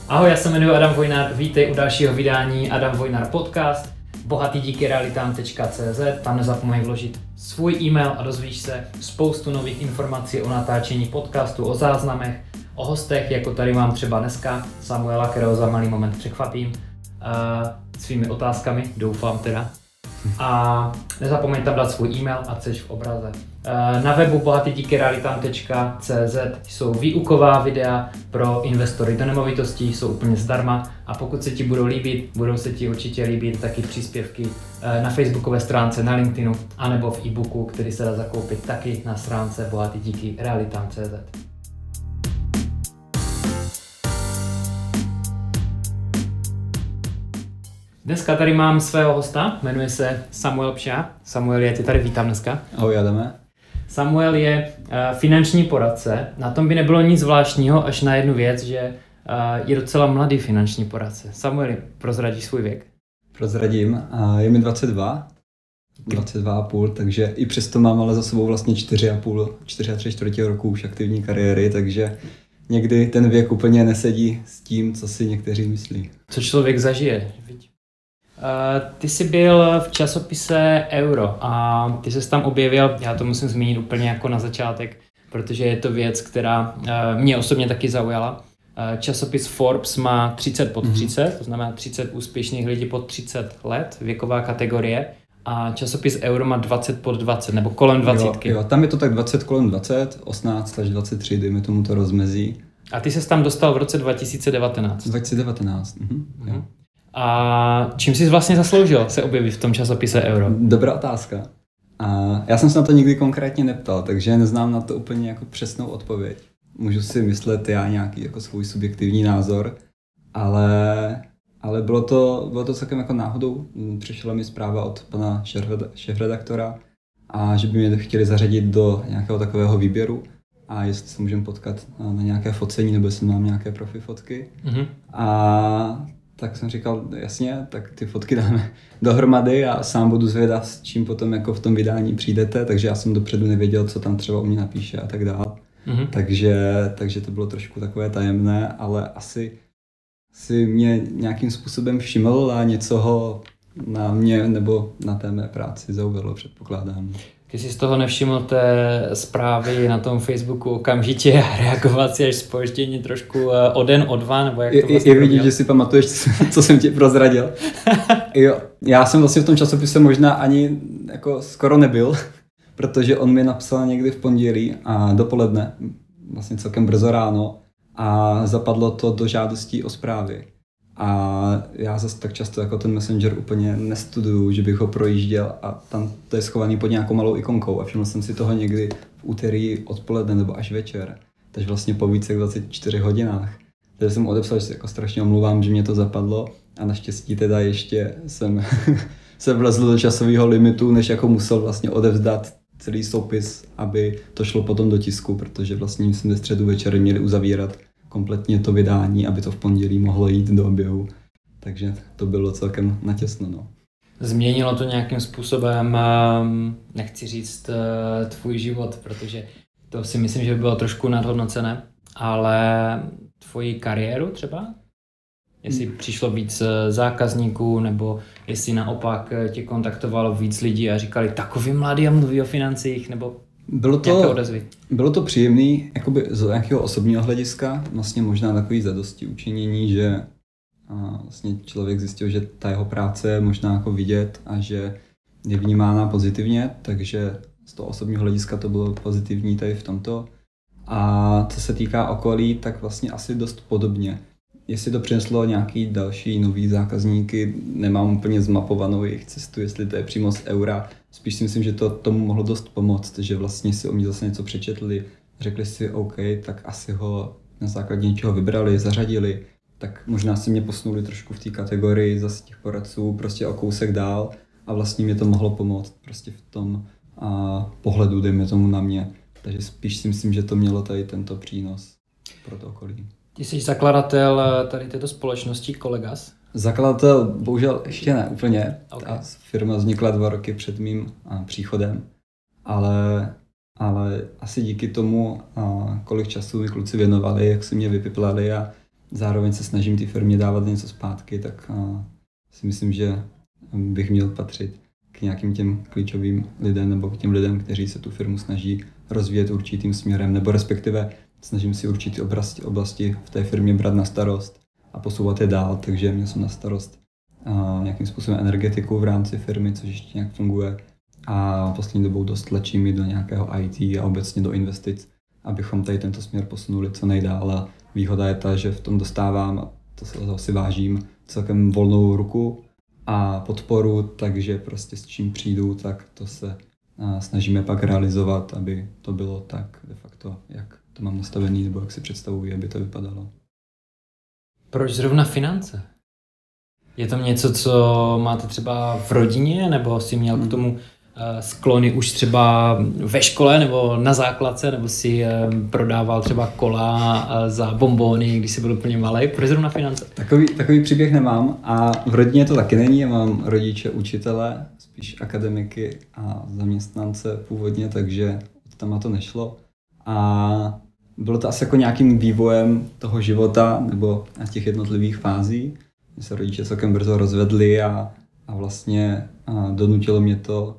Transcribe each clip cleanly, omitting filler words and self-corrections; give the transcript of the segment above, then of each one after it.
Ahoj, já se jmenuji Adam Vojnar, vítej u dalšího vydání Adam Vojnar podcast, bohatý díky realitám.cz, tam nezapomeň vložit svůj e-mail a dozvíš se spoustu nových informací o natáčení podcastu, o záznamech, o hostech, jako tady mám třeba dneska Samuela, kterého za malý moment překvapím svými otázkami, doufám teda. A nezapomeň tam dát svůj e-mail a chceš v obraze. Na webu bohatydíkyrealitám.cz jsou výuková videa pro investory do nemovitostí, jsou úplně zdarma a pokud se ti budou líbit, budou se ti určitě líbit taky příspěvky na facebookové stránce, na LinkedInu anebo v e-booku, který se dá zakoupit taky na stránce bohatydíkyrealitám.cz. Dneska tady mám svého hosta, jmenuje se Samuel Pša. Samuel, já tě tady vítám dneska. Ahoj Adame. Samuel je finanční poradce. Na tom by nebylo nic zvláštního, až na jednu věc, že je docela mladý finanční poradce. Samueli, prozradíš svůj věk? Prozradím. Je mi 22,5, takže i přesto mám ale za sebou vlastně 4,3 roku už aktivní kariéry, takže někdy ten věk úplně nesedí s tím, co si někteří myslí. Co člověk zažije. Ty jsi byl v časopise Euro a ty ses tam objevil, já to musím zmínit úplně jako na začátek, protože je to věc, která mě osobně taky zaujala. Časopis Forbes má 30 pod 30, to znamená 30 úspěšných lidí pod 30 let, věková kategorie, a časopis Euro má 20 pod 20, nebo kolem 20. Jo, tam je to tak 20 kolem 20, 18 až 23, dejme tomu to rozmezí. A ty ses tam dostal v roce 2019. 2019, jo. A čím jsi vlastně zasloužil se objevit v tom časopise Euro? Dobrá otázka. Já jsem se na to nikdy konkrétně neptal, takže neznám na to úplně jako přesnou odpověď. Můžu si myslet já nějaký jako svůj subjektivní názor, ale bylo to celkem jako náhodou. Přišla mi zpráva od pana šéfredaktora, a že by mě chtěli zařadit do nějakého takového výběru a jestli se můžeme potkat na nějaké focení, nebo jestli mám nějaké profi fotky. A tak jsem říkal, jasně, tak ty fotky dáme dohromady a sám budu zvědav, s čím potom jako v tom vydání přijdete, takže já jsem dopředu nevěděl, co tam třeba o mě napíše a tak dál. Takže to bylo trošku takové tajemné, ale asi si mě nějakým způsobem všiml a něco ho na mě nebo na té mé práci zaujalo, předpokládám. Ty jsi z toho nevšiml té zprávy na tom Facebooku okamžitě a reagovat si až zpoždění trošku o den, o dva, nebo jak to vlastně je vidět, že si pamatuješ, co jsem ti prozradil. Jo, já jsem vlastně v tom časopise možná ani jako skoro nebyl, protože on mi napsal někdy v pondělí a dopoledne, vlastně celkem brzo ráno, a zapadlo to do žádostí o zprávy. A já zase tak často jako ten Messenger úplně nestuduju, že bych ho projížděl a tam to je schovaný pod nějakou malou ikonkou a všiml jsem si toho někdy v úterý odpoledne nebo až večer. Takže vlastně po více jak 24 hodinách. Takže jsem odepsal, že se jako strašně omluvám, že mě to zapadlo a naštěstí teda ještě jsem se vlezl do časového limitu, než jako musel vlastně odevzdat celý soupis, aby to šlo potom do tisku, protože vlastně jsme ve středu večer měli uzavírat kompletně to vydání, aby to v pondělí mohlo jít do oběhu. Takže to bylo celkem natěsno. No. Změnilo to nějakým způsobem, nechci říct tvůj život, protože to si myslím, že by bylo trošku nadhodnocené, ale tvoji kariéru třeba? Jestli přišlo víc zákazníků, nebo jestli naopak tě kontaktovalo víc lidí a říkali, takový mladý a mluví o financích, nebo bylo to příjemný, jakoby z nějakého osobního hlediska, vlastně možná takový zadosti učinění, že vlastně člověk zjistil, že ta jeho práce je možná jako vidět a že je vnímána pozitivně, takže z toho osobního hlediska to bylo pozitivní tady v tomto. A co se týká okolí, tak vlastně asi dost podobně. Jestli to přineslo nějaký další nový zákazníky, nemám úplně zmapovanou jejich cestu, jestli to je přímo z Eura. Spíš si myslím, že to tomu mohlo dost pomoct, že vlastně si o mě zase něco přečetli, řekli si OK, tak asi ho na základě něčeho vybrali, zařadili, tak možná si mě posunuli trošku v té kategorii zase těch poradců prostě o kousek dál a vlastně mě to mohlo pomoct prostě v tom pohledu, dejme tomu na mě. Takže spíš si myslím, že to mělo tady tento přínos pro to okolí. Ty jsi zakladatel tady této společnosti Kolegas? Zakladatel bohužel ještě ne úplně. Okay. Ta firma vznikla 2 roky před mým příchodem, ale asi díky tomu, kolik času mi kluci věnovali, jak si mě vypiplali a zároveň se snažím té firmě dávat něco zpátky, tak si myslím, že bych měl patřit k nějakým těm klíčovým lidem nebo k těm lidem, kteří se tu firmu snaží rozvíjet určitým směrem, nebo respektive snažím si určitý oblasti v té firmě brát na starost a posouvat je dál, takže měl jsem na starost nějakým způsobem energetiku v rámci firmy, což ještě nějak funguje, a poslední dobou dost tlačím i do nějakého IT a obecně do investic, abychom tady tento směr posunuli co nejdál. A výhoda je ta, že v tom dostávám, a to si vážím, celkem volnou ruku a podporu, takže prostě s čím přijdu, tak to se snažíme pak realizovat, aby to bylo tak de facto, jak to mám nastavený, nebo jak si představuji, aby to vypadalo. Proč zrovna finance? Je to něco, co máte třeba v rodině, nebo jsi měl k tomu sklony už třeba ve škole nebo na základce, nebo si prodával třeba kola za bonbóny, když jsi byl úplně malý? Proč zrovna finance? Takový příběh nemám a v rodině to taky není. Já mám rodiče učitele, spíš akademiky a zaměstnance původně, takže tam to nešlo. A bylo to asi jako nějakým vývojem toho života nebo těch jednotlivých fází. Mě se rodiče celkem brzo rozvedli a vlastně donutilo mě to,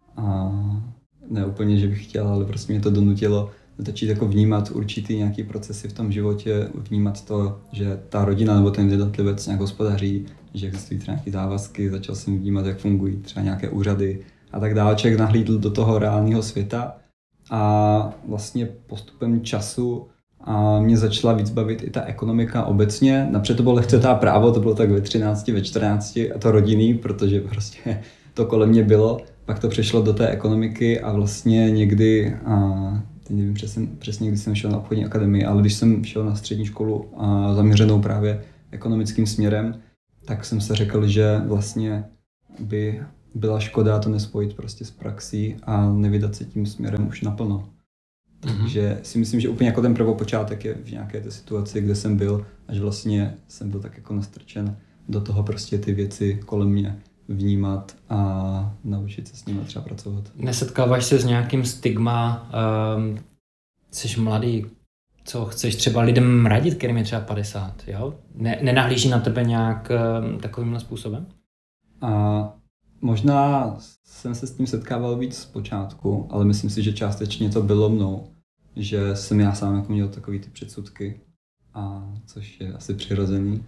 ne úplně, že bych chtěl, ale prostě mě to donutilo začít jako vnímat určitý nějaký procesy v tom životě, vnímat to, že ta rodina nebo ten jednotlivec nějak hospodaří, že existují třeba nějaké závazky, začal jsem vnímat, jak fungují třeba nějaké úřady a tak dále. Člověk nahlídl do toho reálného světa a vlastně postupem času mě začala víc bavit i ta ekonomika obecně. Napřed to bylo lehce právo, to bylo tak ve 13, ve 14 a to rodinný, protože prostě to kolem mě bylo. Pak to přešlo do té ekonomiky a vlastně někdy, teď nevím přesně, kdy jsem šel na obchodní akademii, ale když jsem šel na střední školu zaměřenou právě ekonomickým směrem, tak jsem se řekl, že vlastně by byla škoda to nespojit prostě s praxí a nevydat se tím směrem už naplno. Takže si myslím, že úplně jako ten prvopočátek je v nějaké té situaci, kde jsem byl, až vlastně jsem byl tak jako nastrčen do toho prostě ty věci kolem mě vnímat a naučit se s nimi třeba pracovat. Nesetkáváš se s nějakým stigma, jsi mladý, co chceš třeba lidem radit, kterým je třeba 50, jo? Nenahlíží na tebe nějak takovýmhle způsobem? Možná jsem se s tím setkával víc zpočátku, ale myslím si, že částečně to bylo mnou, že jsem já sám jako měl takový ty předsudky, což je asi přirozený.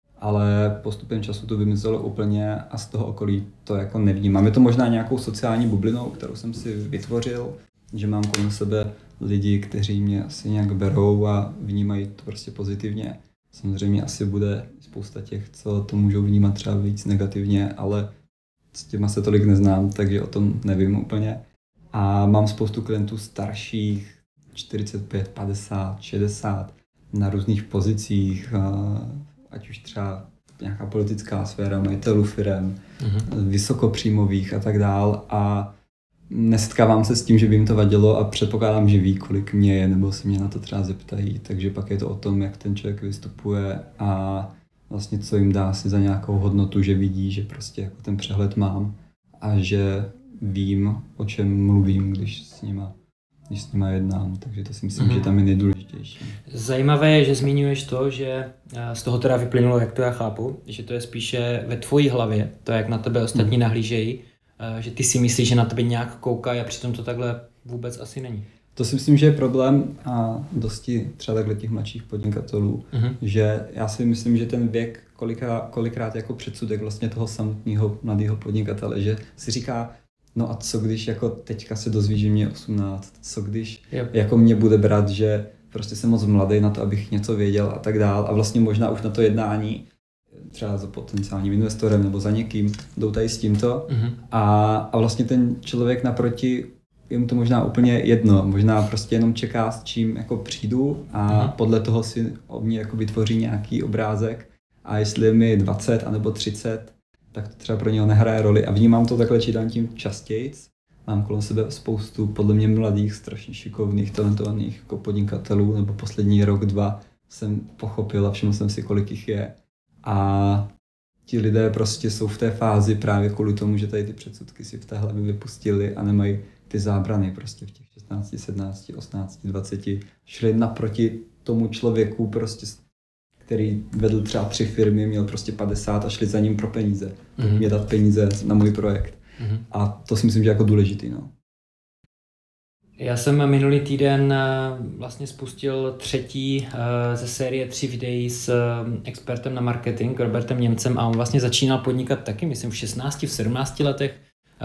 Ale postupem času to vymizelo úplně a z toho okolí to jako nevnímám. Je to možná nějakou sociální bublinou, kterou jsem si vytvořil, že mám kolem sebe lidi, kteří mě asi nějak berou a vnímají to prostě pozitivně. Samozřejmě asi bude spousta těch, co to můžou vnímat třeba víc negativně, ale s těma se tolik neznám, takže o tom nevím úplně. A mám spoustu klientů starších, 45, 50, 60, na různých pozicích, ať už třeba nějaká politická sféra, majitelů firem, vysokopříjmových a tak dál. A nesetkávám se s tím, že by jim to vadilo a předpokládám, že ví, kolik mě je, nebo se mě na to třeba zeptají. Takže pak je to o tom, jak ten člověk vystupuje a vlastně co jim dá si za nějakou hodnotu, že vidí, že prostě jako ten přehled mám a že vím, o čem mluvím, když s nima jednám, takže to si myslím, že tam je nejdůležitější. Zajímavé je, že zmiňuješ to, že z toho teda vyplynulo, jak to já chápu, že to je spíše ve tvojí hlavě, to jak na tebe ostatní nahlížejí, že ty si myslíš, že na tebe nějak koukají a přitom to takhle vůbec asi není. To si myslím, že je problém a dosti třeba takhle těch mladších podnikatelů, že já si myslím, že ten věk kolikrát jako předsudek vlastně toho samotného mladého podnikatele, že si říká, no a co když jako teďka se dozví, že mě je 18, co když jako mě bude brát, že prostě jsem moc mladý na to, abych něco věděl a tak dál a vlastně možná už na to jednání třeba za potenciálním investorem nebo za někým jdou tady s tímto a vlastně ten člověk naproti je mu to možná úplně jedno, možná prostě jenom čeká, s čím jako přijdu a podle toho si o mě jako vytvoří nějaký obrázek a jestli je mi 20 anebo 30, tak to třeba pro něho nehraje roli a vnímám to takhle čítám tím častějc. Mám kolem sebe spoustu podle mě mladých, strašně šikovných, talentovaných jako podnikatelů, nebo poslední rok, 2 jsem pochopil a všiml jsem si, kolik jich je. A ti lidé prostě jsou v té fázi právě kvůli tomu, že tady ty předsudky si v té hlavě vypustili a nemají ty zábrany prostě v těch 16, 17, 18, 20 šli naproti tomu člověku prostě, který vedl třeba 3 firmy, měl prostě 50 a šli za ním pro peníze. Mě dát peníze na můj projekt. A to si myslím, že je jako důležitý. No. Já jsem minulý týden vlastně spustil 3. ze série 3 videí s expertem na marketing, Robertem Němcem, a on vlastně začínal podnikat taky, myslím, v 16, v 17 letech.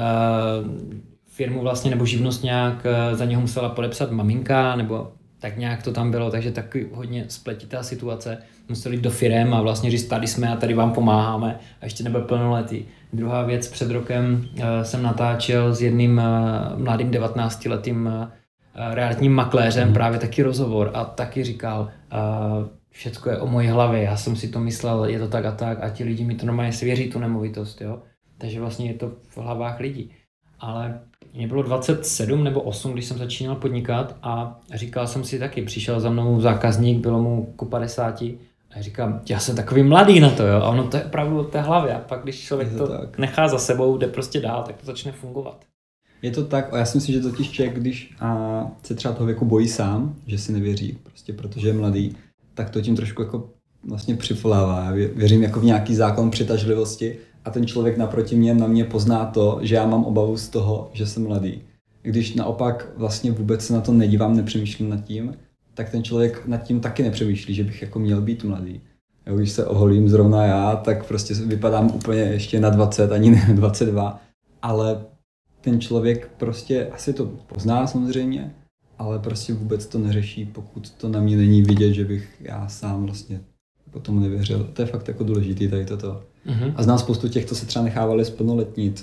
Firmu vlastně nebo živnost nějak za něho musela podepsat maminka, nebo tak nějak to tam bylo, takže taky hodně spletitá situace. Museli jít do firem a vlastně říct, tady jsme a tady vám pomáháme, a ještě nebyl plnoletý. Druhá věc, před rokem jsem natáčel s jedním mladým 19letým realitním makléřem právě taky rozhovor a taky říkal, všecko je o mojí hlavě, já jsem si to myslel, je to tak a ti lidi mi to normálně svěří tu nemovitost, jo. Takže vlastně je to v hlavách lidí. Ale mě bylo 27 nebo 8, když jsem začínal podnikat a říkal jsem si taky, přišel za mnou zákazník, bylo mu ku 50 a říkám, já jsem takový mladý na to, jo, a ono to je opravdu o té hlavě a pak když člověk to nechá za sebou, jde prostě dál, tak to začne fungovat. Je to tak, a já si myslím, že totiž člověk, když se třeba toho věku bojí sám, že si nevěří, prostě protože je mladý, tak to tím trošku jako vlastně přivolává. Já věřím jako v nějaký zákon přitažlivosti a ten člověk naproti mě na mě pozná to, že já mám obavu z toho, že jsem mladý. Když naopak vlastně vůbec se na to nedívám, nepřemýšlím nad tím, tak ten člověk nad tím taky nepřemýšlí, že bych jako měl být mladý. Jo, když se oholím zrovna já, tak prostě vypadám úplně ještě na 20, ani ne 22, ale ten člověk prostě asi to pozná samozřejmě, ale prostě vůbec to neřeší, pokud to na mě není vidět, že bych já sám vlastně potom nevěřil. To je fakt jako důležitý tady toto. A znám spoustu těch, co se třeba nechávali splnoletnit,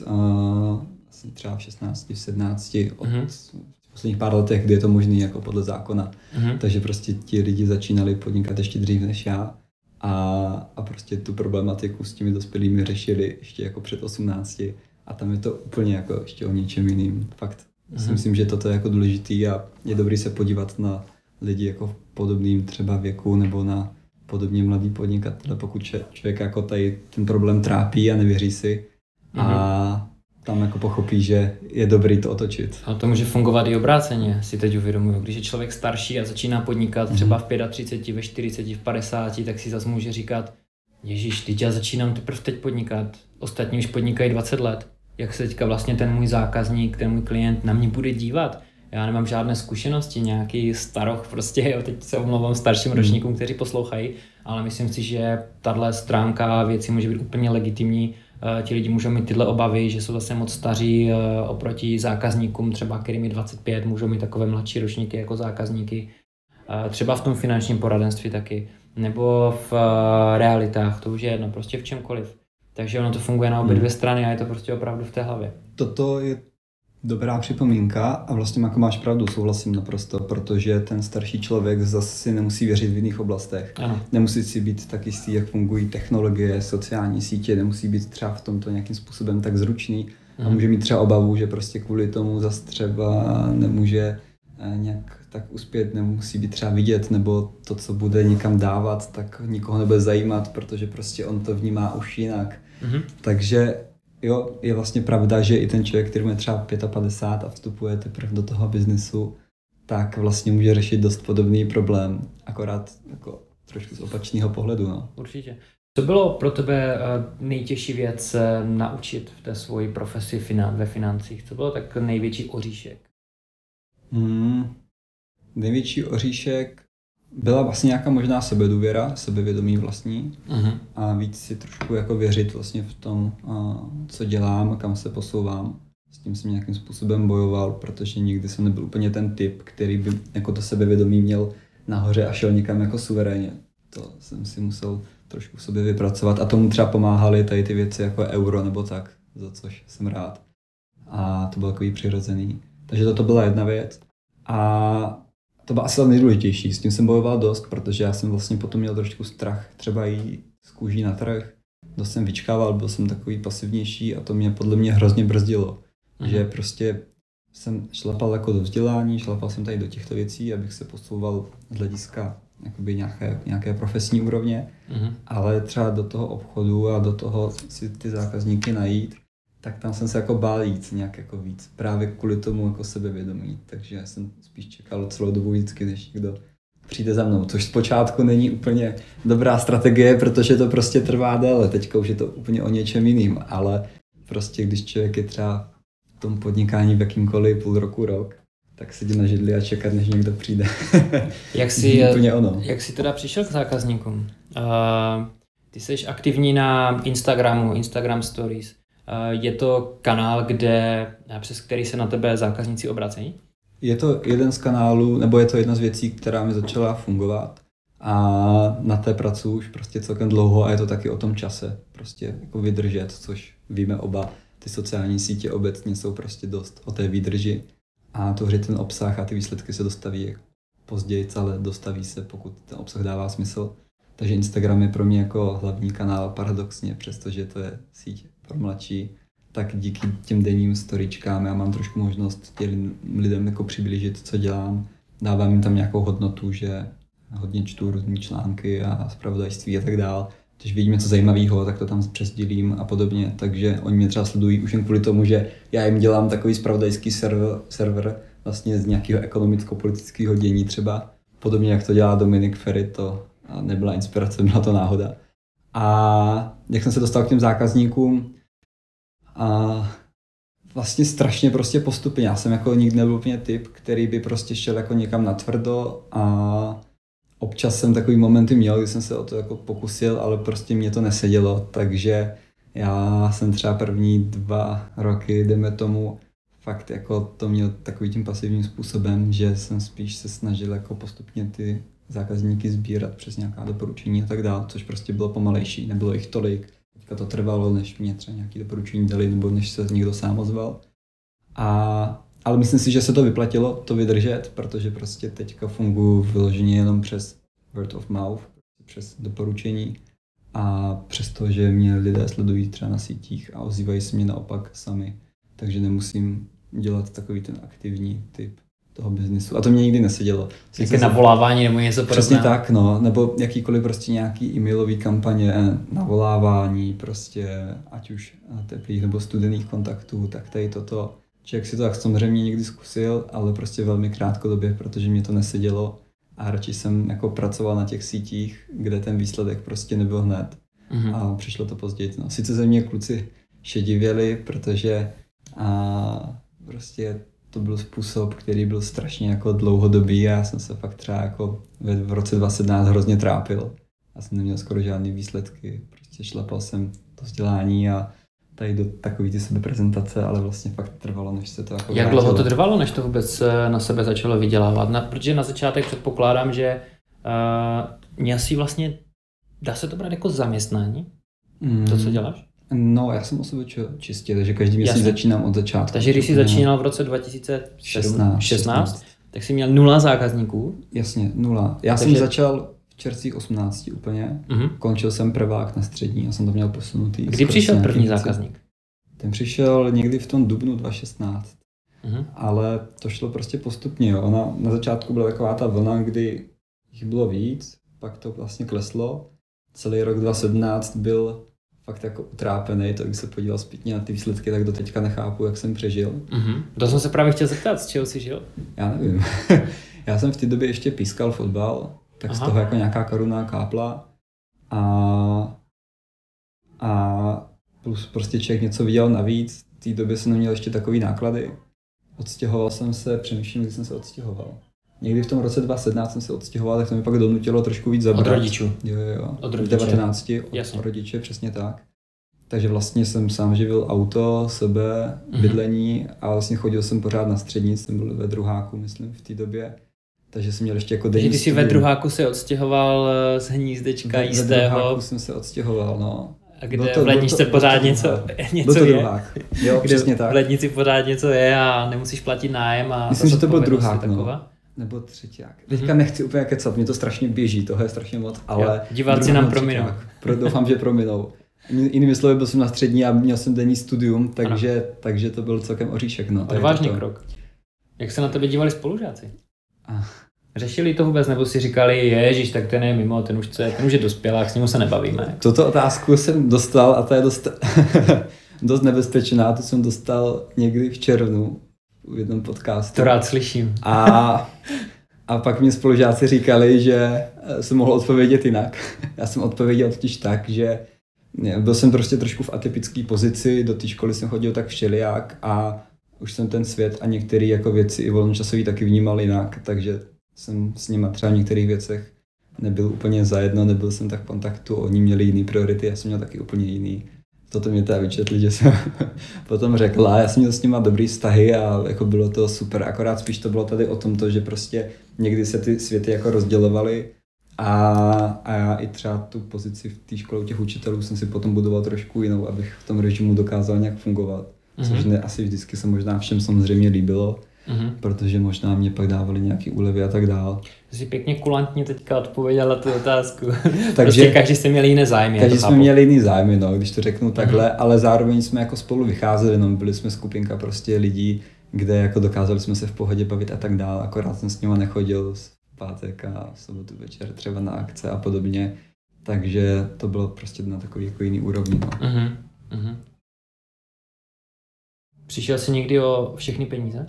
asi třeba v 16, v 17, v posledních pár letech, kdy je to možný jako podle zákona. Takže prostě ti lidi začínali podnikat ještě dřív než já a prostě tu problematiku s těmi dospělými řešili ještě jako před 18. A tam je to úplně jako ještě o něčem jiným. Fakt si myslím, že toto je jako důležitý a je dobrý se podívat na lidi jako v podobným třeba věku nebo na podobně mladý podnikatele, pokud člověk jako tady ten problém trápí a nevěří si a tam jako pochopí, že je dobrý to otočit. Ale to může fungovat i obráceně, si teď uvědomuju. Když je člověk starší a začíná podnikat třeba v 35, ve 40, v 50, tak si zase může říkat, ježíš, teď já začínám teprve teď podnikat, ostatní už podnikají 20 let. Jak se teďka vlastně ten můj zákazník, ten můj klient na mě bude dívat? Já nemám žádné zkušenosti, nějaký staroch prostě, jo, teď se omlouvám starším ročníkům, kteří poslouchají, ale myslím si, že tahle stránka věci může být úplně legitimní. Ti lidi můžou mít tyhle obavy, že jsou zase moc staří oproti zákazníkům, třeba kterým je 25, můžou mít takové mladší ročníky jako zákazníky. Třeba v tom finančním poradenství taky, nebo v realitách, to už je jedno, prostě v čemkoliv. Takže ono to funguje na obě dvě strany a je to prostě opravdu v té hlavě. Toto je dobrá připomínka a vlastně jako máš pravdu, souhlasím naprosto, protože ten starší člověk zase si nemusí věřit v jiných oblastech. Ano. Nemusí si být tak jistý, jak fungují technologie, sociální sítě, nemusí být třeba v tomto nějakým způsobem tak zručný a může mít třeba obavu, že prostě kvůli tomu zase třeba nemůže nějak tak uspět, nemusí být třeba vidět, nebo to, co bude někam dávat, tak nikoho nebude zajímat, protože prostě on to vnímá už jinak. Takže jo, je vlastně pravda, že i ten člověk, který má třeba 55 a vstupuje teprve do toho biznesu, tak vlastně může řešit dost podobný problém, akorát jako trošku z opačného pohledu. No. Určitě. Co bylo pro tebe nejtěžší věc naučit v té svoji profesi ve financích? Co bylo tak největší oříšek? Největší oříšek byla vlastně nějaká možná sebedůvěra, sebevědomí vlastní a víc si trošku jako věřit vlastně v tom, co dělám, kam se posouvám. S tím jsem nějakým způsobem bojoval, protože nikdy jsem nebyl úplně ten typ, který by jako to sebevědomí měl nahoře a šel někam jako suverénně. To jsem si musel trošku v sobě vypracovat a tomu třeba pomáhaly tady ty věci jako euro nebo tak, za což jsem rád. A to bylo takový přirozený. Takže toto byla jedna věc. A to bylo asi nejdůležitější. S tím jsem bojoval dost, protože já jsem vlastně potom měl trošku strach třeba jít z kůží na trh. Dost jsem vyčkával, byl jsem takový pasivnější a to mě podle mě hrozně brzdilo. Že prostě jsem šlapal jako do vzdělání, šlapal jsem tady do těchto věcí, abych se posouval z hlediska jakoby nějaké profesní úrovně, ale třeba do toho obchodu a do toho si ty zákazníky najít, tak tam jsem se jako bál jít nějak jako víc, právě kvůli tomu jako sebevědomí, takže jsem spíš čekal celou dobu vždycky, než někdo přijde za mnou, což zpočátku není úplně dobrá strategie, protože to prostě trvá déle, teďka už je to úplně o něčem jiným, ale prostě když člověk je třeba v tom podnikání v jakýmkoliv půl roku, rok, tak sedí na židli a čekat, než někdo přijde. Jak jsi, úplně ono. Jak jsi teda přišel k zákazníkům? Ty jsi aktivní na Instagramu, Instagram Stories. Je to kanál, přes který se na tebe zákazníci obracejí? Je to jeden z kanálů, nebo je to jedna z věcí, která mi začala fungovat. A na té pracuji už prostě celkem dlouho a je to taky o tom čase. Prostě jako vydržet, což víme oba. Ty sociální sítě obecně jsou prostě dost o té výdrži. A tvořit ten obsah a ty výsledky se dostaví později, ale dostaví se, pokud ten obsah dává smysl. Takže Instagram je pro mě jako hlavní kanál paradoxně, přestože to je síť pro mladší. Tak díky těm denním storyčkám já mám trošku možnost těm lidem jako přiblížit, co dělám. Dávám jim tam nějakou hodnotu, že hodně čtu různé články a zpravodajství a tak dál. Když vidím něco zajímavého, tak to tam přesdělím a podobně. Takže oni mě třeba sledují už jen kvůli tomu, že já jim dělám takový zpravodajský server vlastně z nějakého ekonomicko-politického dění třeba. Podobně jak to dělá Dominik Ferry, to nebyla inspirace, byla to náhoda. A jak jsem se dostal k těm zákazníkům, a vlastně strašně prostě postupně. Já jsem jako nikdy nebyl úplně typ, který by prostě šel jako někam natvrdo a občas jsem takový momenty měl, kdy jsem se o to jako pokusil, ale prostě mě to nesedělo, takže já jsem třeba první 2 roky, jdeme tomu, fakt jako to měl takový tím pasivním způsobem, že jsem spíš se snažil jako postupně ty zákazníky sbírat přes nějaká doporučení a tak dále, což prostě bylo pomalejší, nebylo jich tolik. Teďka to trvalo, než mě třeba nějaké doporučení dali, nebo než se někdo sám ozval. Ale myslím si, že se to vyplatilo, to vydržet, protože prostě teďka funguji vyloženě jenom přes word of mouth, přes doporučení a přes to, že mě lidé sledují třeba na sítích a ozývají se mě naopak sami. Takže nemusím dělat takový ten aktivní typ toho biznisu. A to mě nikdy nesedělo. Jaké navolávání nebo něco podobného. Přesně tak, no. Nebo jakýkoliv prostě nějaký e-mailový kampaně, navolávání, prostě ať už teplých nebo studených kontaktů, tak tady toto. Člověk si to tak samozřejmě někdy zkusil, ale prostě velmi krátkodobě, protože mě to nesedělo a radši jsem jako pracoval na těch sítích, kde ten výsledek prostě nebyl hned. A přišlo to později. No, sice ze mě kluci šedivěli, protože prostě to byl způsob, který byl strašně jako dlouhodobý a já jsem se fakt třeba jako v roce 2017 hrozně trápil. Já jsem neměl skoro žádný výsledky, prostě šlapal jsem to vzdělání a tady do takový ty sebeprezentace, ale vlastně fakt trvalo, než se to jako Jak dlouho to trvalo, než to vůbec na sebe začalo vydělávat? Protože na začátek předpokládám, že mě asi vlastně, dá se to brát jako zaměstnání? To, co děláš? No, já jsem OSVČ čistě, takže každý měsíc začínám od začátku. Takže když jsi začínal v roce 2016, tak jsi měl 0 zákazníků? Jasně, 0. Já jsem začal v čerstvých 18 úplně, končil jsem prvák na střední, já jsem to měl posunutý. Kdy přišel první zákazník? Ten přišel někdy v tom dubnu 2016, ale to šlo prostě postupně. Jo. Na začátku byla taková ta vlna, kdy jich bylo víc, pak to vlastně kleslo. Celý rok 2017 byl fakt jako utrápený, to když se podíval zpětně na ty výsledky, tak do teďka nechápu, jak jsem přežil. To jsem se právě chtěl zeptat, z čeho jsi žil? Já nevím. Já jsem v té době ještě pískal fotbal, tak z toho jako nějaká koruna kápla a plus prostě člověk něco viděl navíc. V té době jsem neměl ještě takový náklady. Odstěhoval jsem se, přemýšlím, kdy jsem se odstěhoval. Někdy v tom roce 2017 jsem se odstěhoval, tak to mi pak donutilo trošku víc zabrat. Od rodičů? Jo. Od rodiče. 19, od rodiče, přesně tak. Takže vlastně jsem sám živil auto, sebe, bydlení a vlastně chodil jsem pořád na střední, jsem byl ve druháku, myslím, v té době. Takže jsem měl ještě jako denní Takže ty jsi ve druháku se odstěhoval z hnízdečka jistého. Ve druháku jsem se odstěhoval, no. A kde v ledničce pořád něco je. Druhák. Jo, přesně tak. V lednici pořád něco je a nemusíš platit nájem a myslím, že to byl druhák, nebo třetíák. Teďka nechci úplně kecat, mě to strašně běží, toho je strašně moc, ale diváci nám prominou. Doufám, že prominou. Jinými slovy, byl jsem na střední a měl jsem denní studium, takže to byl celkem oříšek. No, odvážný krok. Jak se na tebe dívali spolužáci? Řešili to vůbec, nebo si říkali, ježiš, tak ten je mimo, ten už je dospělák, s ním se nebavíme? Tuto otázku jsem dostal a ta je dost nebezpečná, to jsem dostal někdy v červnu v jednom podcastu. To rád slyším. A A pak mi spolužáci říkali, že jsem mohl odpovědět jinak. Já jsem odpověděl totiž tak, že byl jsem prostě trošku v atypické pozici, do té školy jsem chodil tak všelijak a už jsem ten svět a některé jako věci i volnočasový taky vnímal jinak, takže jsem s nima třeba v některých věcech nebyl úplně zajedno, nebyl jsem tak v kontaktu, oni měli jiný priority, já jsem měl taky úplně jiný. Toto mě teda vyčetli, že jsem potom řekl, a já jsem měl s nima dobrý vztahy a jako bylo to super, akorát spíš to bylo tady o tom, že prostě někdy se ty světy jako rozdělovaly a já i třeba tu pozici v té škole u těch učitelů jsem si potom budoval trošku jinou, abych v tom režimu dokázal nějak fungovat. Což ne, asi vždycky se možná všem samozřejmě líbilo, protože možná mě pak dávali nějaký úlevy a tak dál. Jsi pěkně kulantně teďka odpověděl na tu otázku. Takže prostě každý jste měli jiné zájmy. Každý jsme měli jiný zájmy, no, když to řeknu takhle, ale zároveň jsme jako spolu vycházeli, no, byli jsme skupinka prostě lidí, kde jako dokázali jsme se v pohodě bavit a tak dál, akorát jsem s nima nechodil v pátek a v sobotu večer třeba na akce a podobně, takže to bylo prostě na takový jako jiný úrovni. No. Přišel jsi někdy o všechny peníze?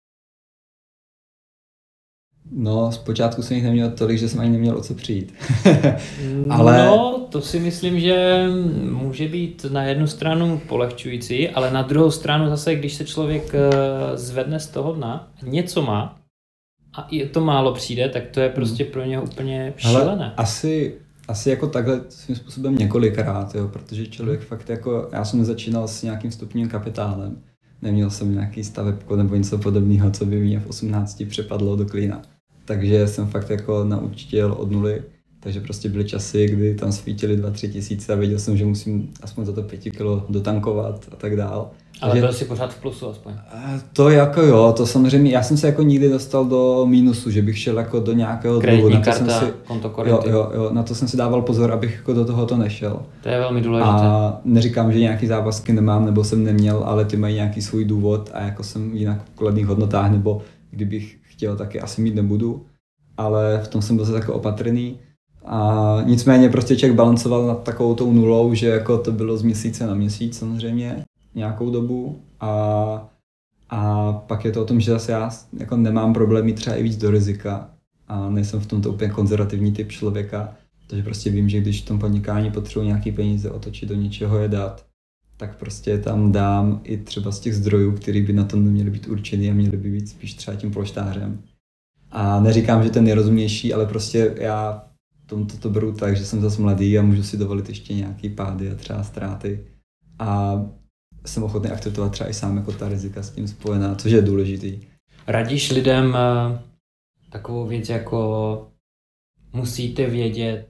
No, zpočátku jsem jich neměl tolik, že jsem ani neměl o co přijít. Ale... No, to si myslím, že může být na jednu stranu polehčující, ale na druhou stranu zase, když se člověk zvedne z toho dna, něco má a i to málo přijde, tak to je prostě pro něho úplně šílené. Asi jako takhle svým způsobem několikrát, jo, protože člověk fakt jako, já jsem začínal s nějakým vstupním kapitálem, neměl jsem nějaký stavebko nebo něco podobného, co by mě v 18 přepadlo do klína. Takže jsem fakt jako naučil od nuly, takže prostě byly časy, kdy tam svítily 2-3 tisíce a věděl jsem, že musím aspoň za to 5 kilo dotankovat a tak dál. Ale takže, byl jsi pořád v plusu aspoň. To jako jo, to samozřejmě, já jsem se jako nikdy dostal do mínusu, že bych šel jako do nějakého dluhu. Kreditní karta, konto korenty. Jo, na to jsem si dával pozor, abych jako do tohoto nešel. To je velmi důležité. A neříkám, že nějaký závazky nemám, nebo jsem neměl, ale ty mají nějaký svůj důvod a jako jsem jinak v kladných hodnotách, nebo kdybych chtěl, taky asi mít nebudu, ale v tom jsem byl tak opatrný. A nicméně prostě člověk balancoval nad takovou tou nulou, že jako to bylo z měsíce na měsíc samozřejmě nějakou dobu a pak je to o tom, že zase já jako nemám problém mít třeba i víc do rizika a nejsem v tomto úplně konzervativní typ člověka, takže prostě vím, že když v tom podnikání potřebuji nějaký peníze otočit do něčeho je dát, tak prostě tam dám i třeba z těch zdrojů, které by na to neměly být určený a měly by být spíš třeba tím polštářem. A neříkám, že ten nejrozumnější, ale prostě já to beru tak, že jsem zase mladý a můžu si dovolit ještě nějaký pády a třeba ztráty. A jsem ochotný akceptovat třeba i sám jako ta rizika s tím spojená, což je důležitý. Radíš lidem takovou věc jako musíte vědět,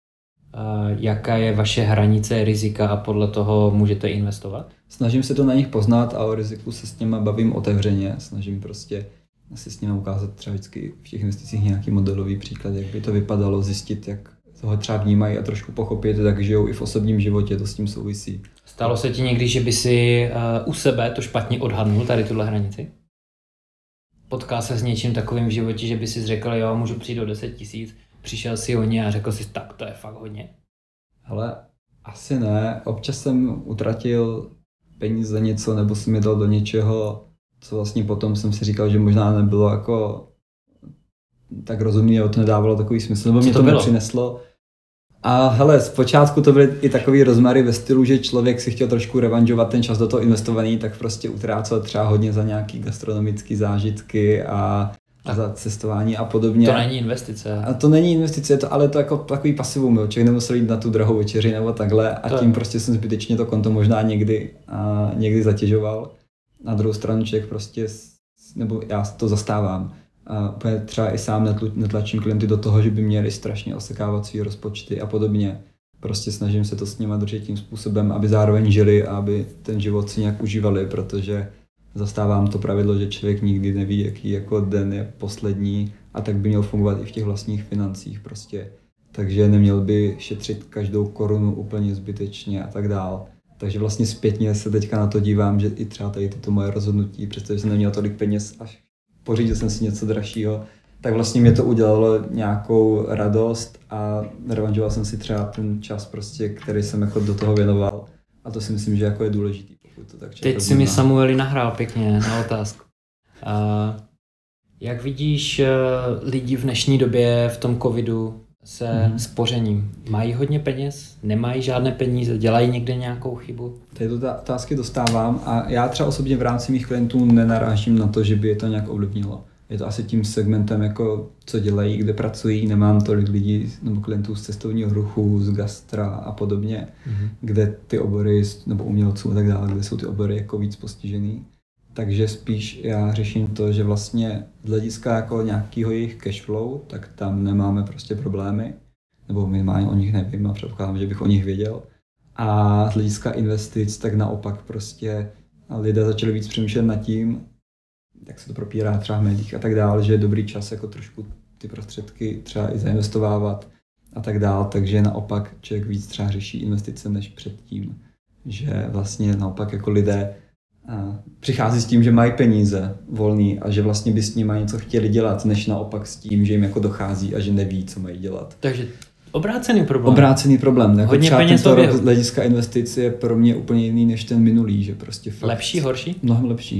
jaká je vaše hranice rizika a podle toho můžete investovat? Snažím se to na nich poznat a o riziku se s nimi bavím otevřeně. Snažím prostě si s nimi ukázat třeba vždycky v těch investicích nějaký modelový příklad, jak by to vypadalo, zjistit, jak toho třeba vnímají a trošku pochopit, jak žijou i v osobním životě, to s tím souvisí. Stalo se ti někdy, že by si u sebe to špatně odhadnul, tady tuhle hranici? Potkal se s něčím takovým v životě, že by si řekl, jo, můžu přijít do 10 000, přišel si o ně a řekl si, tak to je fakt hodně. Ale asi ne, občas jsem utratil peníze za něco, nebo jsem je dal do něčeho, co vlastně potom jsem si říkal, že možná nebylo jako tak rozumný, a to nedávalo takový smysl, nebo mě to nepřineslo. A hele, zpočátku to byly i takový rozmary ve stylu, že člověk si chtěl trošku revanžovat ten čas do toho investovaný, tak prostě utrácel třeba hodně za nějaký gastronomický zážitky a za cestování a podobně. To není investice. A to není investice, ale to jako takový pasivum, člověk nemusel jít na tu drahou večeři nebo takhle a tím prostě jsem zbytečně to konto možná někdy zatěžoval. Na druhou stranu člověk prostě, nebo já to zastávám, a úplně třeba i sám netlačím klienty do toho, že by měli strašně osekávat svý rozpočty a podobně. Prostě snažím se to s nima držet tím způsobem, aby zároveň žili a aby ten život si nějak užívali, protože zastávám to pravidlo, že člověk nikdy neví, jaký jako den je poslední a tak by měl fungovat i v těch vlastních financích prostě. Takže neměl by šetřit každou korunu úplně zbytečně a tak dál. Takže vlastně zpětně se teďka na to dívám, že i třeba tady tyto moje rozhodnutí, přestože jsem neměl tolik peněz, až pořídil jsem si něco dražšího, tak vlastně mě to udělalo nějakou radost a revanžoval jsem si třeba ten čas prostě, který jsem jako do toho věnoval. A to si myslím, že jako je důležitý. Pokud to tak teď si mi Samueli nahrál pěkně na otázku. Jak vidíš lidi v dnešní době v tom covidu se spořením? Mají hodně peněz? Nemají žádné peníze? Dělají někde nějakou chybu? Tady otázky dostávám a já třeba osobně v rámci mých klientů nenarážím na to, že by je to nějak ovlivnilo. Je to asi tím segmentem, jako co dělají, kde pracují. Nemám tolik lidí nebo klientů z cestovního ruchu, z gastra a podobně, kde ty obory, nebo umělců a tak dále, kde jsou ty obory jako víc postižený. Takže spíš já řeším to, že vlastně z hlediska jako nějakého jejich cashflow, tak tam nemáme prostě problémy. Nebo minimálně o nich nevím a předpokládám, že bych o nich věděl. A z hlediska investic, tak naopak prostě lidé začali víc přemýšlet nad tím, jak se to propírá třeba v médiích a tak dále, že je dobrý čas jako trošku ty prostředky třeba i zainvestovávat a tak dále, takže naopak člověk víc třeba řeší investice než předtím, že vlastně naopak jako lidé přichází s tím, že mají peníze volný a že vlastně by s nimi něco chtěli dělat, než naopak s tím, že jim jako dochází a že neví, co mají dělat. Takže obrácený problém. Obrácený problém. Jako hodně peněz tento rok z hlediska investic je pro mě úplně jiný než ten minulý, že prostě fakt lepší, horší? Mnohem lepší.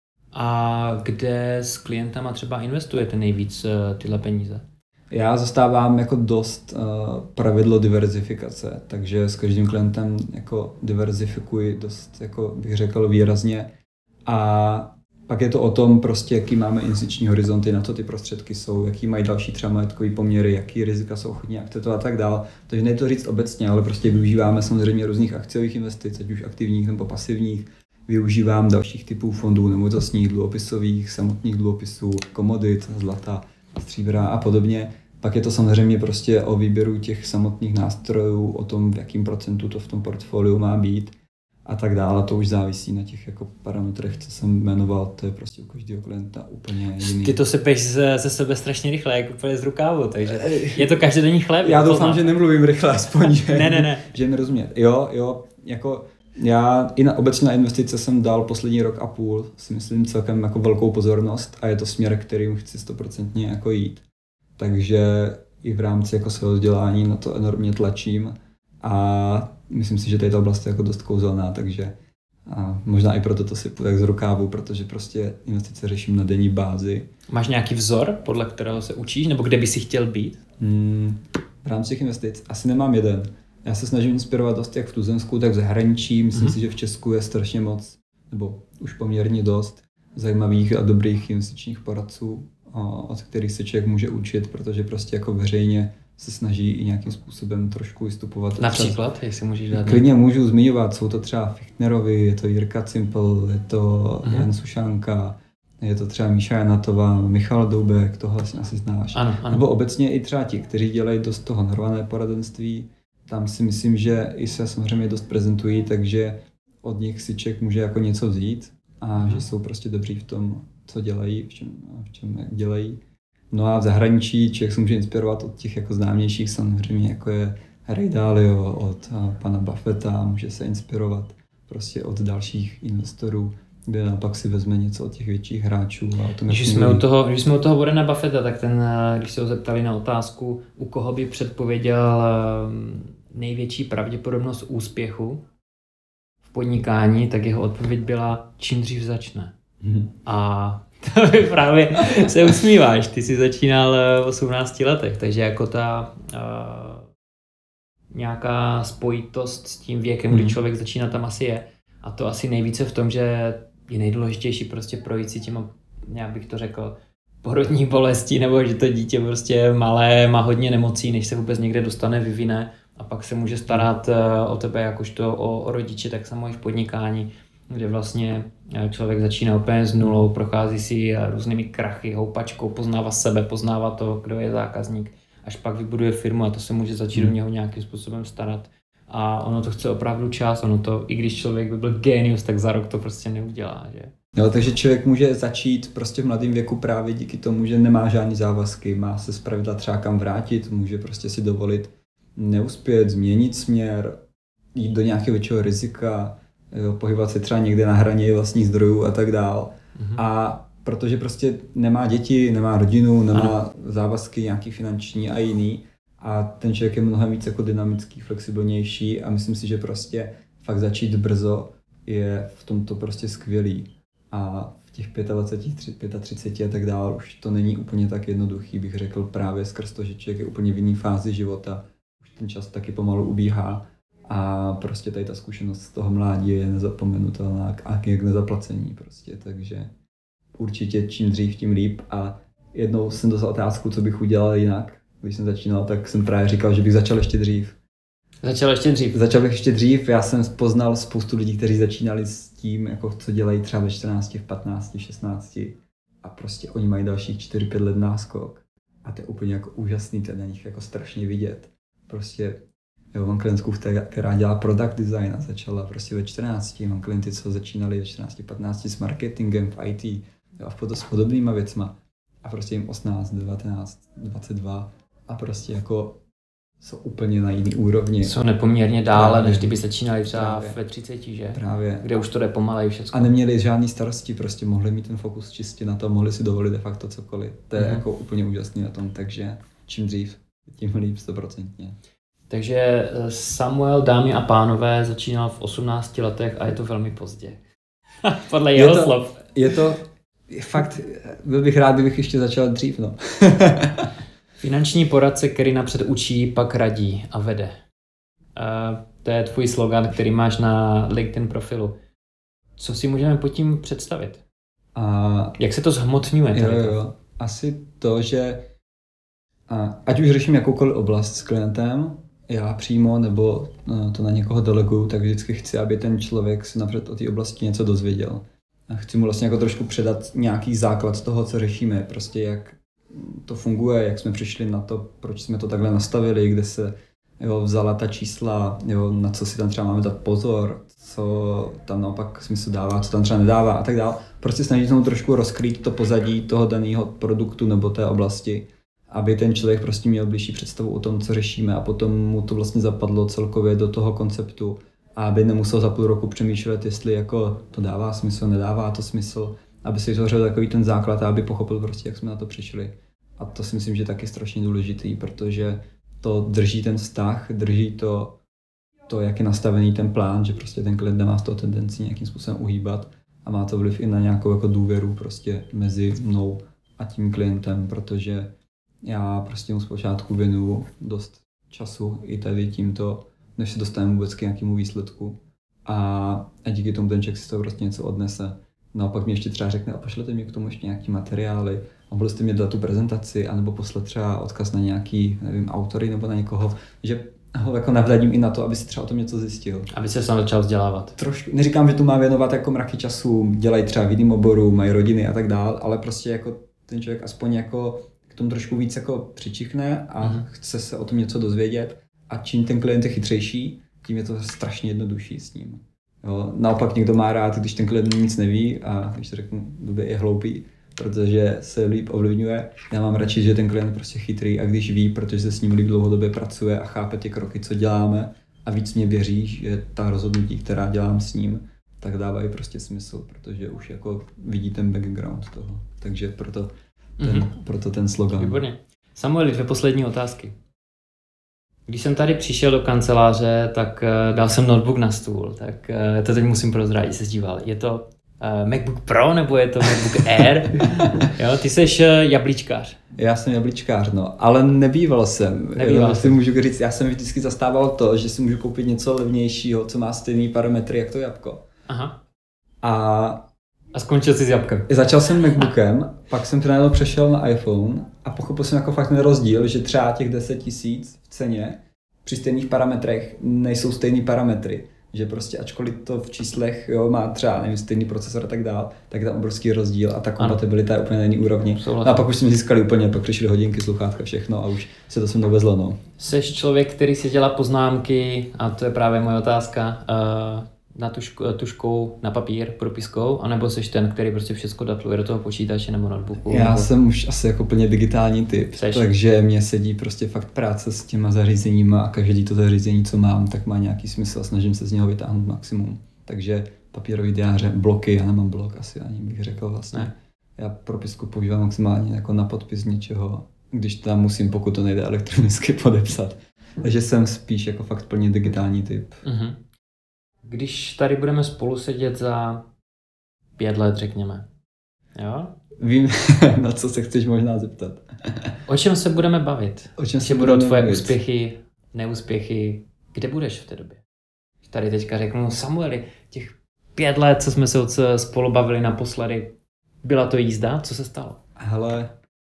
A kde s klientama třeba investujete nejvíc tyhle peníze? Já zastávám jako dost pravidlo diverzifikace, takže s každým klientem jako diverzifikuji dost, jako bych řekl, výrazně. A pak je to o tom prostě, jaký máme investiční horizonty, na to ty prostředky jsou, jaký mají další třeba majetkový poměry, jaký rizika jsou ochotní akceptovat a tak dále. Takže nejde to říct obecně, ale prostě využíváme samozřejmě různých akciových investic, ať už aktivních nebo pasivních. Využívám dalších typů fondů, nemovitostních, dluhopisových, samotných dluhopisů, komodit, zlata, stříbra a podobně. Pak je to samozřejmě prostě o výběru těch samotných nástrojů, o tom, v jakým procentu to v tom portfoliu má být a tak dále. To už závisí na těch jako parametrech, co jsem jmenoval, to je prostě u každého klienta úplně jiný. Ty to sypeš ze sebe strašně rychle, jako úplně z rukávu, takže je to každodenní chléb. Já doufám, že nemluvím rychle aspoň, že, ne. že mi rozumět. Jo, jako já i obecně na investice jsem dal poslední rok a půl, si myslím celkem jako velkou pozornost a je to směr, kterým chci 100% jako jít. Takže i v rámci jako svého vzdělání na to enormně tlačím a myslím si, že tady ta oblast je jako dost kouzelná, takže a možná i proto to sypu tak z rukávu, protože prostě investice řeším na denní bázi. Máš nějaký vzor, podle kterého se učíš, nebo kde by si chtěl být? V rámci těch investic asi nemám jeden. Já se snažím inspirovat dost jak v tuzemsku, tak v zahraničí. Myslím si, že v Česku je strašně moc, nebo už poměrně dost zajímavých a dobrých investičních poradců, od kterých se člověk může učit, protože prostě jako veřejně se snaží i nějakým způsobem trošku vystupovat. Například, jestli můžeš dát. Klidně můžu zmiňovat, jsou to třeba Fichtnerovi, je to Jirka Cimpl, je to Jan Sušánka, je to třeba Míša Janatová, Michal Doubek, tohle vlastně asi znáš. Ano. Nebo obecně i třeba ti, kteří dělají dost toho narvané poradenství, tam si myslím, že i se samozřejmě dost prezentují, takže od nich si člověk může jako něco vzít a že jsou prostě dobří v tom, co dělají, v čem dělají. No a v zahraničí člověk se může inspirovat od těch jako známějších samozřejmě, jako je Ray Dalio, od pana Buffetta, může se inspirovat prostě od dalších investorů, kde naopak si vezme něco od těch větších hráčů. Když jsme u toho Warrena Buffetta, tak ten, když se ho zeptali na otázku, u koho by předpověděl největší pravděpodobnost úspěchu v podnikání, tak jeho odpověď byla, čím dřív začne. A to právě se usmíváš, ty jsi začínal v 18 letech, takže jako ta nějaká spojitost s tím věkem, kdy člověk začíná, tam asi je. A to asi nejvíce v tom, že je nejdůležitější prostě projít si těma, jak bych to řekl, porodní bolestí, nebo že to dítě prostě malé má hodně nemocí, než se vůbec někde dostane, vyvine a pak se může starat o tebe jakožto o rodiče, tak samo i v podnikání, kde vlastně člověk začíná úplně z nulou, prochází si různými krachy, houpačkou, poznává sebe, poznává to, kdo je zákazník, až pak vybuduje firmu a to se může začít do něho nějakým způsobem starat. A ono to chce opravdu čas, ono to, i když člověk by byl génius, tak za rok to prostě neudělá, že? Jo, takže člověk může začít prostě v mladém věku právě díky tomu, že nemá žádný závazky, má se zpravidla třeba kam vrátit, může prostě si dovolit neuspět, změnit směr, jít do nějakého většího rizika, jo, pohybovat se třeba někde na hraně vlastních zdrojů a tak dál. A protože prostě nemá děti, nemá rodinu, nemá závazky nějaký finanční a jiný, a ten člověk je mnohem víc jako dynamický, flexibilnější a myslím si, že prostě fakt začít brzo je v tomto prostě skvělý. A v těch 35 a tak dále už to není úplně tak jednoduchý, bych řekl, právě skrz to, že člověk je úplně v jiný fázi života. Už ten čas taky pomalu ubíhá a prostě tady ta zkušenost z toho mládí je nezapomenutelná a jak nezaplacení prostě, takže určitě čím dřív, tím líp. A jednou jsem dostal otázku, co bych udělal jinak. Když jsem začínal, tak jsem právě říkal, že bych začal ještě dřív. Začal bych ještě dřív. Já jsem poznal spoustu lidí, kteří začínali s tím, jako co dělají třeba ve 14, v 15, 16 a prostě oni mají dalších 4-5 let náskok. A to je úplně jako úžasný, to je na nich jako strašně vidět. Prostě jo, mám klientku, která dělá product design a začala prostě ve 14. Mám klienty, co začínali ve 14, 15 s marketingem v IT jo, a s podobnýma věcma. A prostě jim 18, 19, 22 a prostě jako jsou úplně na jiný úrovni. Jsou nepoměrně dále, než kdyby začínali třeba ve 30, že? Právě. Kde už to jde pomalej všechno. A neměli žádný starosti, prostě mohli mít ten fokus čistě na to, mohli si dovolit de facto cokoliv. To je jako úplně úžasný na tom, takže čím dřív, tím líp 100%. Takže Samuel, dámy a pánové, začínal v 18 letech a je to velmi pozdě. Podle jeho slov. Je to fakt, byl bych rád, kdybych ještě začal dřív, no. Finanční poradce, který napřed učí, pak radí a vede. To je tvůj slogan, který máš na LinkedIn profilu. Co si můžeme pod tím představit? Jak se to zhmotňuje? Jo. Asi to, že ať už řeším jakoukoliv oblast s klientem, já přímo, nebo to na někoho deleguju, tak vždycky chci, aby ten člověk si napřed o té oblasti něco dozvěděl. A chci mu vlastně jako trošku předat nějaký základ toho, co řešíme, prostě jak to funguje, jak jsme přišli na to, proč jsme to takhle nastavili, kde se vzala ta čísla, na co si tam třeba máme dát pozor, co tam naopak smysl dává, co tam třeba nedává a tak dále. Prostě snažit se mu trošku rozkrýt to pozadí toho daného produktu nebo té oblasti, aby ten člověk prostě měl blížší představu o tom, co řešíme a potom mu to vlastně zapadlo celkově do toho konceptu a aby nemusel za půl roku přemýšlet, jestli jako to dává smysl, nedává to smysl, aby si vytvořil takový ten základ a aby pochopil prostě, jak jsme na to přišli. A to si myslím, že je taky strašně důležitý, protože to drží ten vztah, drží to, jak je nastavený ten plán, že prostě ten klient nemá z toho tendenci nějakým způsobem uhýbat a má to vliv i na nějakou jako důvěru prostě mezi mnou a tím klientem, protože já prostě mu zpočátku věnuju dost času i tady tímto, než se dostaneme vůbec k nějakému výsledku. A díky tomu ten člověk si to prostě něco odnese. Naopak mi ještě třeba řekne, a pošlete mi k tomu ještě nějaký materiály, a mohli jste mi dát tu prezentaci, anebo poslat třeba odkaz na nějaký, nevím, autory nebo na někoho, že ho jako navladím i na to, aby si třeba o tom něco zjistil. Aby se sám začal vzdělávat. Trošku, neříkám, že tu má věnovat jako mraky času, dělají třeba v jiném oboru, mají rodiny a tak dál, ale prostě jako ten člověk aspoň jako k tomu trošku víc jako přičichne a chce se o tom něco dozvědět a čím ten klient je chytřejší, tím je to strašně jednodušší s ním. Jo, naopak někdo má rád, když ten klient nic neví a když to řeknu, blbě je hloupý, protože se líp ovlivňuje. Já mám radši, že ten klient prostě chytrý a když ví, protože se s ním líp dlouhodobě pracuje a chápe ty kroky, co děláme a víc mě věří, že ta rozhodnutí, která dělám s ním, tak dávají prostě smysl, protože už jako vidí ten background toho. Takže proto ten slogan. Výborně. Samueli, 2 poslední otázky. Když jsem tady přišel do kanceláře, tak dal jsem notebook na stůl, tak to teď musím prozradit, se díval. Je to MacBook Pro nebo je to MacBook Air? Jo, ty seš jablíčkář. Já jsem jablíčkář, no, ale nebýval jsem. Si můžu říct, já jsem vždycky zastával to, že si můžu koupit něco levnějšího, co má stejný parametry jak to jabko. Aha. A skončil jsi s jabkem. Začal jsem MacBookem, pak jsem najednou přešel na iPhone a pochopil jsem jako fakt ten rozdíl, že třeba těch 10 000 v ceně při stejných parametrech nejsou stejný parametry. Že prostě ačkoliv to v číslech má třeba nevím, stejný procesor a tak dál, tak je tam obrovský rozdíl a ta kompatibilita je úplně na jiný úrovni. No a pak už jsme získali úplně, pak přišly hodinky, sluchátka, všechno a už se to se mnou vezlo. No. Seš člověk, který si dělá poznámky, a to je právě moje otázka, na tužkou, na papír, propiskou, anebo seš ten, který prostě všechno datluje do toho počítače nebo notebooku? Já jsem už asi jako plně digitální typ, takže mě sedí prostě fakt práce s těma zařízeníma a každý to zařízení, co mám, tak má nějaký smysl a snažím se z něho vytáhnout maximum. Takže papírový diáře, bloky, já nemám blok asi ani bych řekl vlastně. Ne. Já propisku používám maximálně jako na podpis něčeho, když tam musím, pokud to nejde elektronicky podepsat. Takže jsem spíš jako fakt plně digitální typ. Mhm. Když tady budeme spolu sedět za 5 let, řekněme, Jo? Vím, na co se chceš možná zeptat. O čem se budeme bavit? O čem se Jaké budou budeme tvoje bavit? úspěchy, neúspěchy? Kde budeš v té době? Tady teďka řeknu, Samueli, těch 5 let, co jsme se spolu bavili naposledy, byla to jízda? Co se stalo? Hele,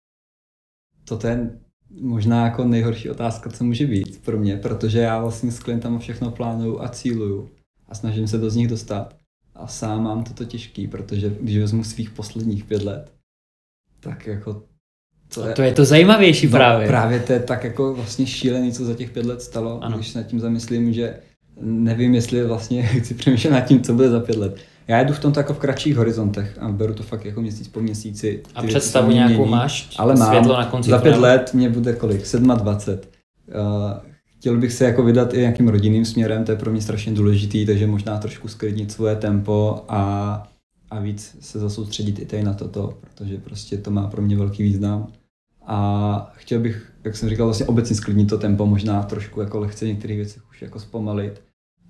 to je možná jako nejhorší otázka, co může být pro mě, protože já vlastně s klientama všechno plánuju a cíluju a snažím se do z nich dostat. A sám mám toto těžký, protože když vezmu svých posledních 5 let, tak jako To je to zajímavější právě. Právě to je tak jako vlastně šílený, co za těch 5 let stalo, ano. Když se nad tím zamyslím, že nevím, jestli vlastně chci přemýšlet nad tím, co bude za 5 let. Já jedu v tomto jako v kratších horizontech a beru to fakt jako měsíc po měsíci. A představu nějakou máš? Ale mám. Světlo na konci Za 5 tunelu? let mě bude kolik? 27. Chtěl bych se jako vydat i nějakým rodinným směrem, to je pro mě strašně důležitý, takže možná trošku sklidnit svoje tempo a víc se zasoustředit i tady na toto, protože prostě to má pro mě velký význam. A chtěl bych, jak jsem říkal, vlastně obecně sklidnit to tempo, možná trošku jako lehce v některých věcech už jako zpomalit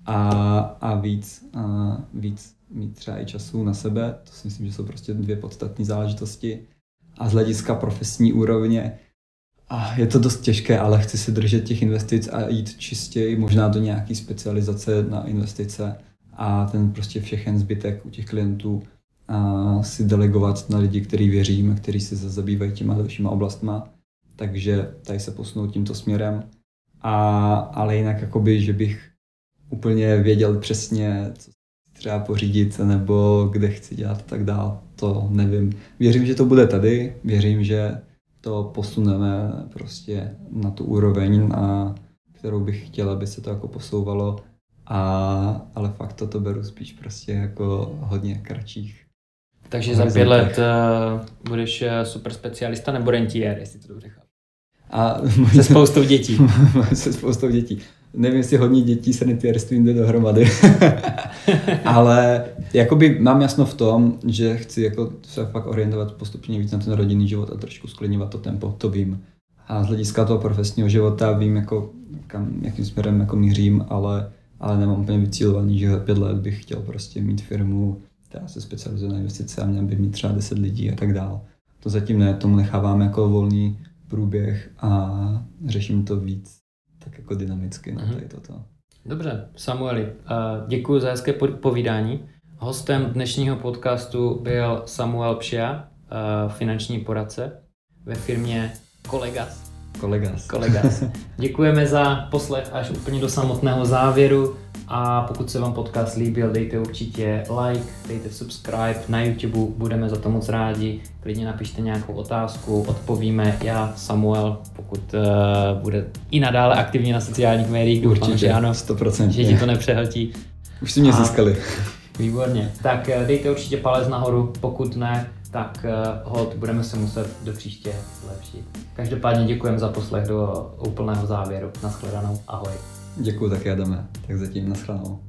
a víc mít třeba i času na sebe. To si myslím, že jsou prostě 2 podstatné záležitosti. A z hlediska profesní úrovně je to dost těžké, ale chci se držet těch investic a jít čistěji, možná do nějaké specializace na investice a ten prostě všechen zbytek u těch klientů a si delegovat na lidi, který věřím a který se zabývají těma dalšíma oblastma. Takže tady se posunout tímto směrem. Ale jinak jakoby, že bych úplně věděl přesně, co třeba pořídit nebo kde chci dělat tak dál, to nevím. Věřím, že to bude tady, věřím, že to posuneme prostě na tu úroveň, kterou bych chtěl, aby se to jako posouvalo. Ale fakt to beru spíš prostě jako hodně kratších. Takže za 5 let budeš super specialista nebo rentiér, jestli to dobře chápu. Se spoustou dětí. Se spoustou dětí. Nevím, jestli hodně dětí s rentiérstvím jde dohromady. Ale jakoby mám jasno v tom, že chci jako se fakt orientovat postupně víc na ten rodinný život a trošku sklidňovat to tempo, to vím. A z hlediska toho profesního života vím, jako, jakým směrem jako mířím, ale nemám úplně vycílovaný, že 5 let bych chtěl prostě mít firmu, která se specializuje na investice a měl by mít třeba 10 lidí a tak dál. To zatím ne, tomu nechávám jako volný průběh a řeším to víc tak jako dynamicky na tady toto. Dobře, Samueli, děkuji za hezké povídání. Hostem dnešního podcastu byl Samuel Pšia, finanční poradce ve firmě Kolegas. Děkujeme za poslech až úplně do samotného závěru a pokud se vám podcast líbil, dejte určitě like, dejte subscribe na YouTube, budeme za to moc rádi. Klidně napište nějakou otázku, odpovíme já, Samuel, pokud bude i nadále aktivní na sociálních médiích. Určitě, že ano, 100%. že ti to nepřehltí. Už si mě získali. Výborně. Tak dejte určitě palec nahoru, pokud ne, tak hold, budeme se muset do příště zlepšit. Každopádně děkujeme za poslech do úplného závěru. Nashledanou, ahoj. Děkuju taky, Adame. Tak zatím nashledanou.